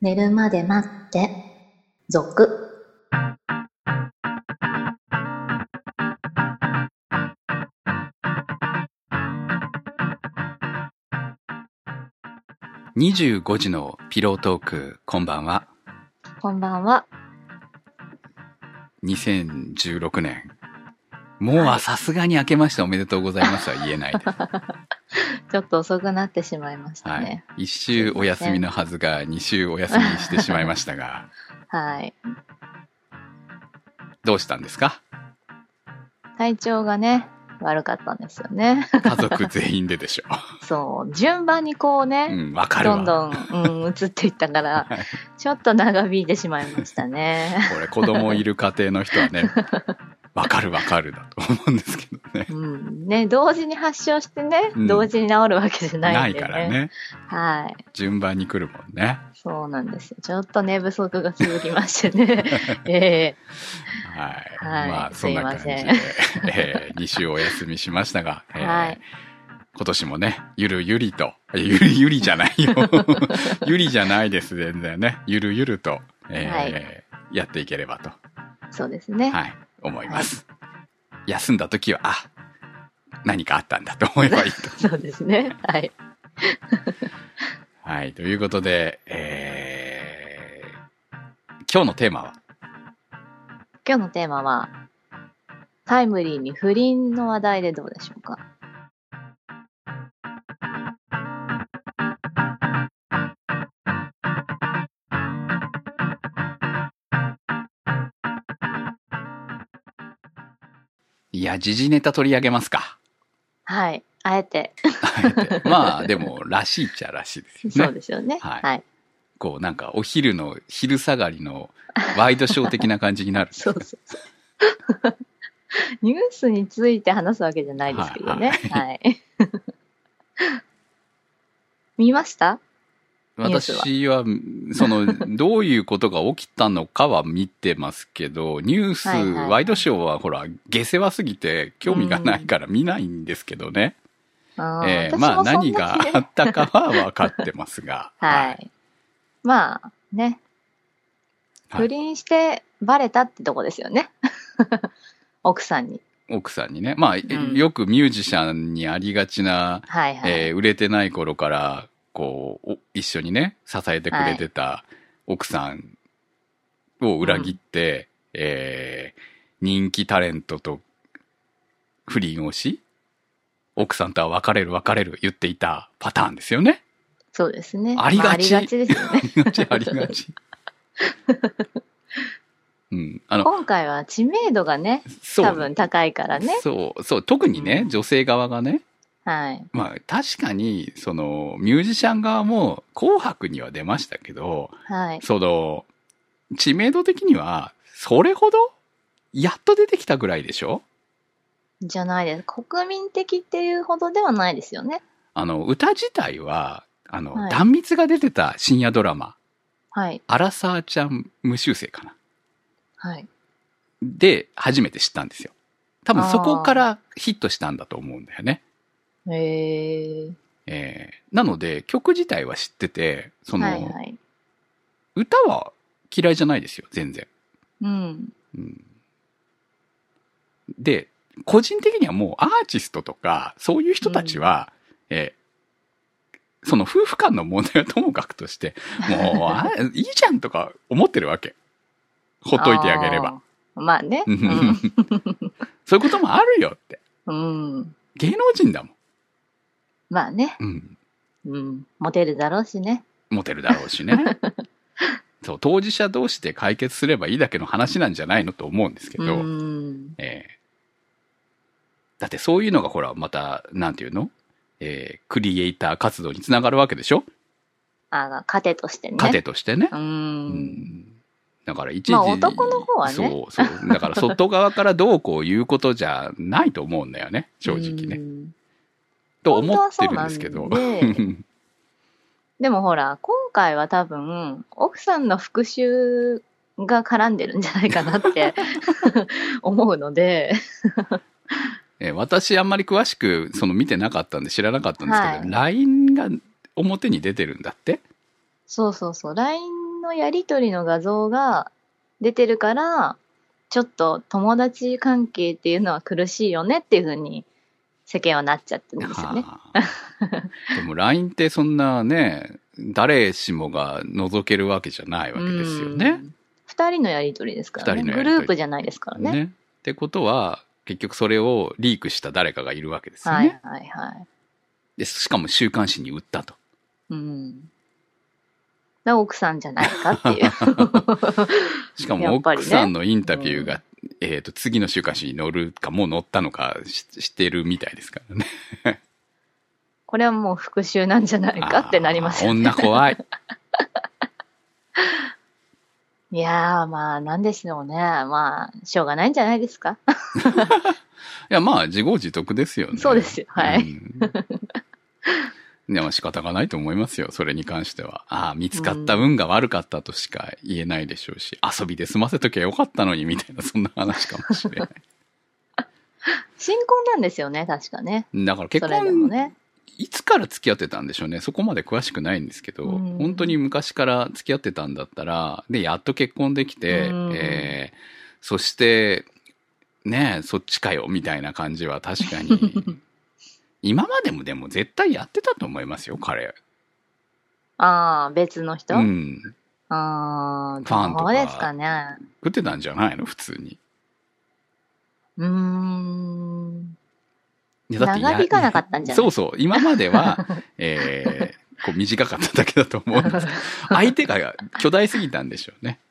寝るまで待って、続。 25時のピロートーク、こんばんは。 こんばんは。 2016年。もうはさすがに明けましておめでとうございますは言えないで。 ちょっと遅くなってしまいましたね。 はい。1週お休みのはずが2週お休みしてしまいましたが。 はい。 どうしたんですか？ 体調がね、悪かったんですよね。 家族全員ででしょ。 そう、順番にこうね、 わかるわ。 どんどん、移っていったから、 はい、 ちょっと長引いてしまいましたね。 これ子供いる家庭の人はね、わかるだと思うんですけどね。 ね、同時に発症してね、同時に治るわけじゃないんでね。 ないからね。 はい。 順番に来るもんね。 そうなんですよ。ちょっと寝不足が続きましてね。 はい。まあ、そんな感じで、2週お休みしましたが、はい、今年もね、ゆるゆりと、ゆりじゃないよ。ゆりじゃないです、全然ね。ゆるゆると、やっていければと。 そうですね。 はい。思います。はい、休んだ時は、何かあったんだと思えばいいと。 そうですね。はい。 はい。ということで、今日のテーマは？ 今日のテーマは、タイムリーに不倫の話題でどうでしょうか。 いや、時事ネタ取り上げますか。 はい。あえて。 まあ、でも、らしいっちゃらしいですよね。 そうですよね。はい。 こう、なんか、お昼下がりのワイドショー的な感じになるんですか。 そう。ニュースについて話すわけじゃないですけどね。はい。見ました？ 私は、どういうことが起きたのかは見てますけど、ニュース、ワイドショーはほら、下世話すぎて興味がないから見ないんですけどね。まあ、何があったかは分かってますが。 はい。まあ、ね。不倫してバレたってとこですよね。奥さんにね。 まあ、よくミュージシャンにありがちな、売れてない頃から、こう、一緒にね、支えてくれてた奥さんを裏切って、人気タレントと不倫をし、奥さんとは別れる言っていたパターンですよね。 そうですね。 ありがちですよね。 ありがち。 今回は知名度がね、多分高いからね。 そう、特にね、女性側がね。 はい。 まあ、確かに、ミュージシャン側も紅白には出ましたけど、 はい。 知名度的には、それほどやっと出てきたぐらいでしょ？ じゃないです。国民的っていうほどではないですよね。 歌自体は、壇蜜が出てた深夜ドラマ。 はい。 アラサーちゃん無修正かな。 はい。 で、初めて知ったんですよ。多分そこからヒットしたんだと思うんだよね。なので、曲自体は知ってて、歌は嫌いじゃないですよ、全然。で、個人的にはもうアーティストとか、そういう人たちは、その夫婦間の問題はともかくとして、もう、いいじゃんとか思ってるわけ。ほっといてあげれば。 まあね。 そういうこともあるよって。芸能人だもん。 まあね。モテるだろうしね。 そう、当事者同士で解決すればいいだけの話なんじゃないのと思うんですけど、だってそういうのがほら、また、なんていうの？クリエイター活動につながるわけでしょ？ 糧としてね。 糧としてね。だから一時、 まあ男の方はね。 そう。だから外側からどうこう言うことじゃないと思うんだよね、正直ね。と思ってるんですけど。 でもほら、今回は多分、奥さんの復讐が絡んでるんじゃないかなって思うので。 私あんまり詳しく見てなかったんで知らなかったんですけど、LINE が表に出てるんだって？ そう。LINE のやりとりの画像が出てるから、ちょっと友達関係っていうのは苦しいよねっていうふうに世間はなっちゃってるんですよね。 でも LINE ってそんなね、誰しもが覗けるわけじゃないわけですよね。 二人のやりとりですからね。グループじゃないですからね。 ってことは、結局それをリークした誰かがいるわけですよね。 はいはいはい。 で、しかも週刊誌に売ったと。 奥さんじゃないかっていう。 しかも奥さんのインタビューが、次の週刊誌に載るか、もう載ったのかしてるみたいですからね。 これはもう復讐なんじゃないかってなりますよね。 女怖い。 いやー、まあ、なんでしょうね。まあ、しょうがないんじゃないですか。 いや、まあ、自業自得ですよね。 そうですよ。はい。 でも仕方がないと思いますよ、それに関しては。ああ、見つかった運が悪かったとしか言えないでしょうし、遊びで済ませときゃよかったのにみたいな、そんな話かもしれない。 新婚なんですよね、確かね。 だから結婚、いつから付き合ってたんでしょうね。そこまで詳しくないんですけど、本当に昔から付き合ってたんだったら、で、やっと結婚できて、そして、ねえ、そっちかよ、みたいな感じは確かに、今までもでも絶対やってたと思いますよ、彼。 ああ、別の人？ ああ、 ファンとか。 どうですかね。 食ってたんじゃないの、普通に。 長引かなかったんじゃない？ そうそう。今までは、こう短かっただけだと思うんですけど、相手が巨大すぎたんでしょうね。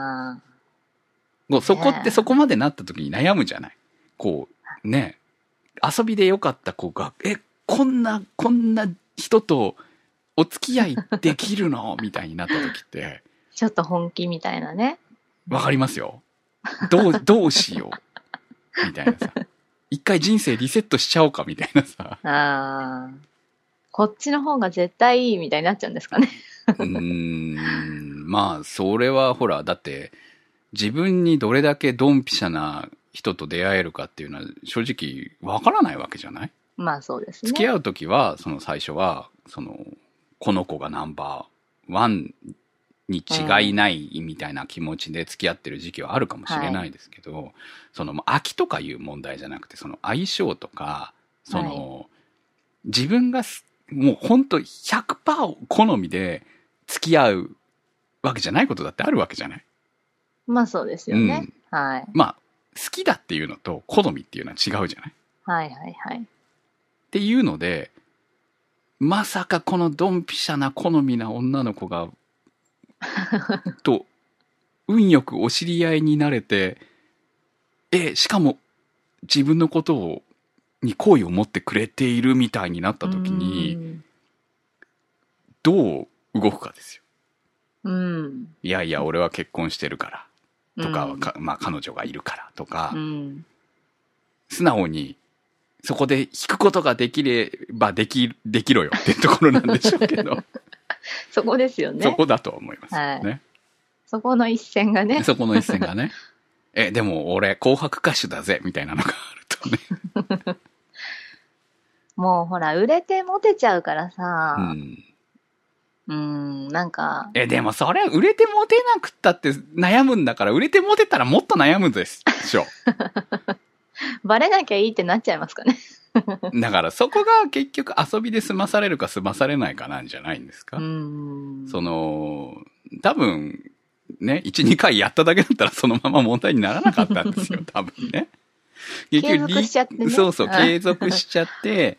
そこってそこまでなった時に悩むじゃない。こう、ね。遊びでよかった子が、こんな人とお付き合いできるのみたいになった時って。 ちょっと本気みたいなね。 わかりますよ。どうしようみたいなさ。一回人生リセットしちゃおうかみたいなさ。 こっちの方が絶対いいみたいになっちゃうんですかね。 まあ、それはほら、だって、自分にどれだけドンピシャな人と出会えるかっていうのは正直わからないわけじゃない？ まあそうですね。 付き合うときは、最初は、この子がナンバーワンに違いないみたいな気持ちで付き合ってる時期はあるかもしれないですけど、飽きとかいう問題じゃなくて、相性とか、自分がもう本当 100% 好みで付き合うわけじゃないことだってあるわけじゃない？ まあそうですよね。はい。 まあ、好きだっていうのと好みっていうのは違うじゃない？ はいはいはい。 っていうので、まさかこのドンピシャな好みな女の子が、と、運よくお知り合いになれて、しかも自分のことに好意を持ってくれているみたいになった時に、どう動くかですよ。いやいや、俺は結婚してるから、とか、まあ彼女がいるからとか、素直に、そこで引くことができればできろよっていうところなんでしょうけど。 そこですよね。 そこだと思いますよね。はい、 そこの一線がね。 そこの一線がね。でも俺紅白歌手だぜみたいなのがあるとね。 もうほら、売れてモテちゃうからさ。なんか。 でもそれ売れてモテなくったって悩むんだから、売れてモテたらもっと悩むでしょ。 バレなきゃいいってなっちゃいますかね。 だからそこが結局遊びで済まされるか済まされないかなんじゃないんですか？多分、ね、1、2回やっただけだったらそのまま問題にならなかったんですよ、多分ね。 継続しちゃってね。 そうそう、継続しちゃって、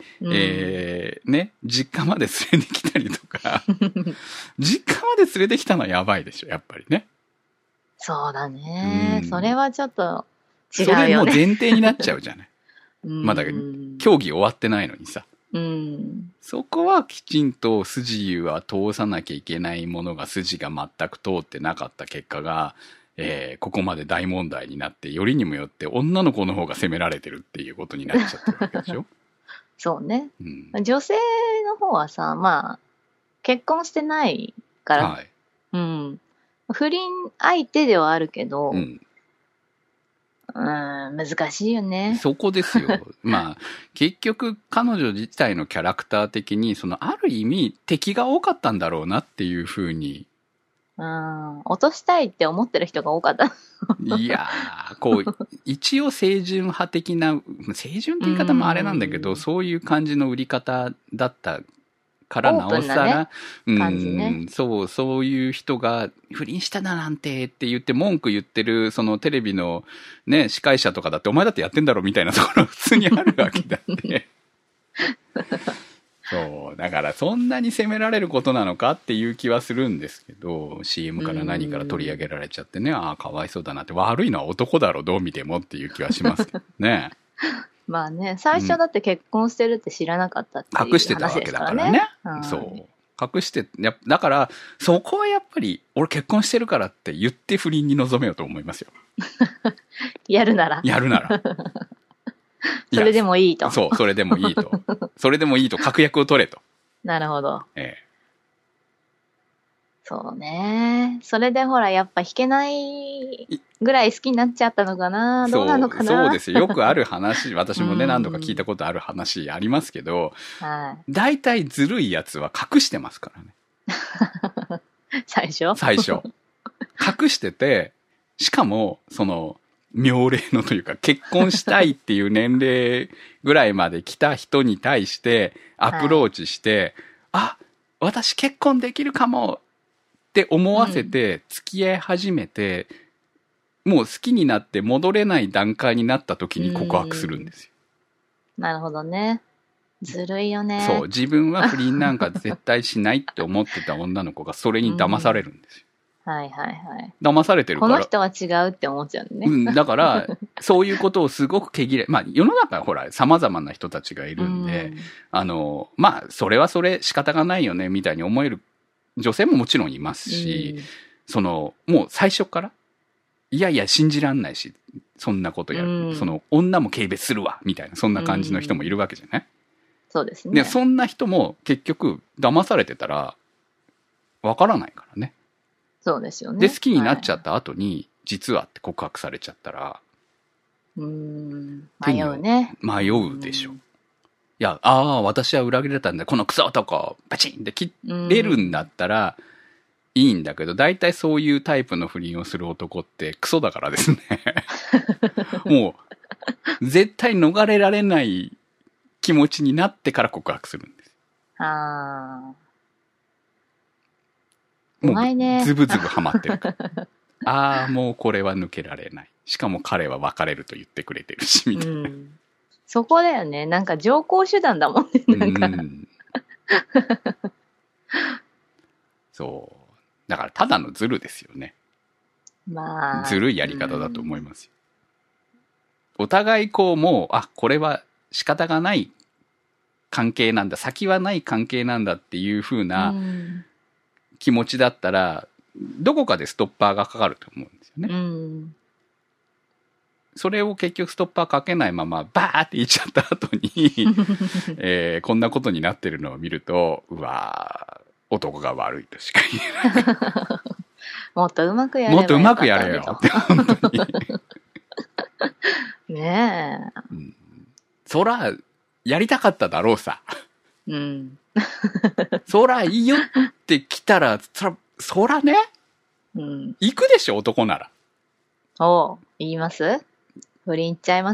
ね、実家まで連れてきたりとか、実家まで連れてきたのはやばいでしょ、やっぱりね。 そうだね。それはちょっと違うよね。 それも前提になっちゃうじゃない。まだ競技終わってないのにさ。そこはきちんと筋は通さなきゃいけないものが筋が全く通ってなかった結果が、ここまで大問題になって、よりにもよって女の子の方が責められてるっていうことになっちゃってるわけでしょ。 そうね、女性の方はさ、まあ、結婚してないから、はい、不倫相手ではあるけど、難しいよね。 そこですよ。まあ、結局彼女自体のキャラクター的に、ある意味敵が多かったんだろうなっていうふうに落としたいって思ってる人が多かった。 いやー、こう、一応清純派的な、清純って言い方もあれなんだけど、そういう感じの売り方だったからなおさら、そういう人が不倫しただなんてって言って文句言ってる、そのテレビのね、司会者とかだってお前だってやってんだろみたいなところ普通にあるわけだって。そう、だからそんなに責められることなのかっていう気はするんですけど、CM から何から取り上げられちゃってね、ああ、かわいそうだなって、悪いのは男だろ、どう見てもっていう気はしますけどね。 まあね、最初だって結婚してるって知らなかったっていう話ですからね。 隠してたわけだからね。そう。隠して、だから、そこはやっぱり、俺結婚してるからって言って不倫に臨めようと思いますよ。 やるなら。 やるなら。 それでもいいと。 そう、それでもいいと。それでもいいと、確約を取れと。 なるほど。そうね。それでほら、やっぱ弾けないぐらい好きになっちゃったのかな。どうなのかな。 そうですよ。よくある話、私もね、何度か聞いたことある話ありますけど、大体ずるいやつは隠してますからね。 最初。 隠してて、しかも、その、妙齢のというか、結婚したいっていう年齢ぐらいまで来た人に対してアプローチして、私結婚できるかもって思わせて付き合い始めて、もう好きになって戻れない段階になった時に告白するんですよ。 なるほどね。ずるいよね。 そう、自分は不倫なんか絶対しないって思ってた女の子がそれに騙されるんですよ。騙されてるから。 この人は違うって思っちゃうね。 だから、そういうことをすごく毛嫌い。まあ、世の中はほら、様々な人たちがいるんで、まあ、それはそれ仕方がないよね、みたいに思える女性ももちろんいますし、もう最初から、いやいや、信じらんないし、そんなことやる。女も軽蔑するわ、みたいな、そんな感じの人もいるわけじゃない？ そうですね。 で、そんな人も結局、騙されてたら、わからないからね。 そうですよね。 で、好きになっちゃった後に、実はって告白されちゃったら、 迷うね。 迷うでしょ。いや、私は裏切られたんだ、このクソ男、バチンって切れるんだったら、いいんだけど、大体そういうタイプの不倫をする男ってクソだからですね。もう、絶対逃れられない気持ちになってから告白するんです。もうズブズブハマってるから。もうこれは抜けられない。しかも彼は別れると言ってくれてるし、みたいな。 そこだよね。なんか上皇手段だもんね。なんかそう。だからただのズルですよね。 まあ。 ずるいやり方だと思いますよ。お互いこうもう、これは仕方がない関係なんだ。先はない関係なんだっていう風な、気持ちだったらどこかでストッパーがかかると思うんですよね。それを結局ストッパーかけないままバーっていっちゃった後に、こんなことになってるのを見ると、うわー、男が悪いとしか言えない。 もっとうまくやればよかった。 もっとうまくやれよって本当に。 ねえ。 そらやりたかっただろうさ。そらいいよって来たら、そらね、行くでしょ、男なら。 言います？不倫行っちゃいます？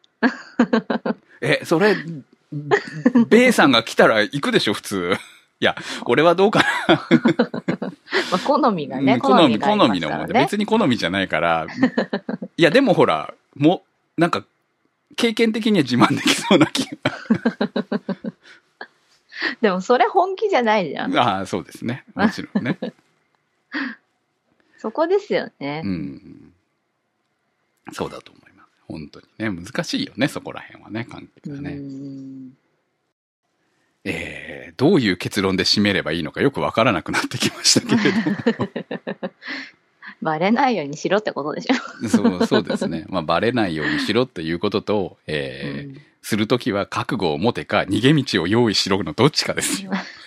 それ、ベイさんが来たら行くでしょ、普通。いや、俺はどうかな。 まあ、好みがね、 好みのもんで、別に好みじゃないから。いや、でもほら、なんか、経験的には自慢できそうな気が。 でもそれ本気じゃないじゃん。 そうですね。もちろんね。 そこですよね。 そうだと思います。本当にね。難しいよね、そこら辺はね、関係がね。どういう結論で締めればいいのかよくわからなくなってきましたけれども。 バレないようにしろってことでしょ。そうですね。まあ、バレないようにしろっていうことと、するときは覚悟を持てか逃げ道を用意しろのどっちかですよ。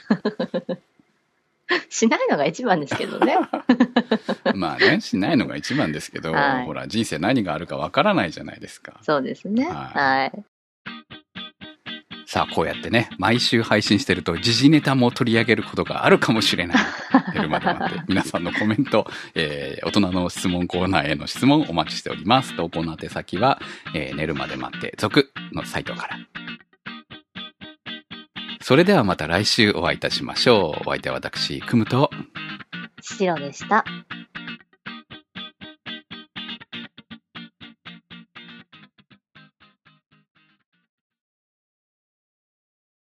しないのが一番ですけどね。 まあね、しないのが一番ですけど、ほら、人生何があるかわからないじゃないですか。 そうですね。はい。 さあ、こうやってね、毎週配信してると時事ネタも取り上げることがあるかもしれない。 寝るまで待って。皆さんのコメント、大人の質問コーナーへの質問お待ちしております。投稿の宛先は、寝るまで待って続のサイトから。それではまた来週お会いいたしましょう。お相手は私、くむと、 シロでした。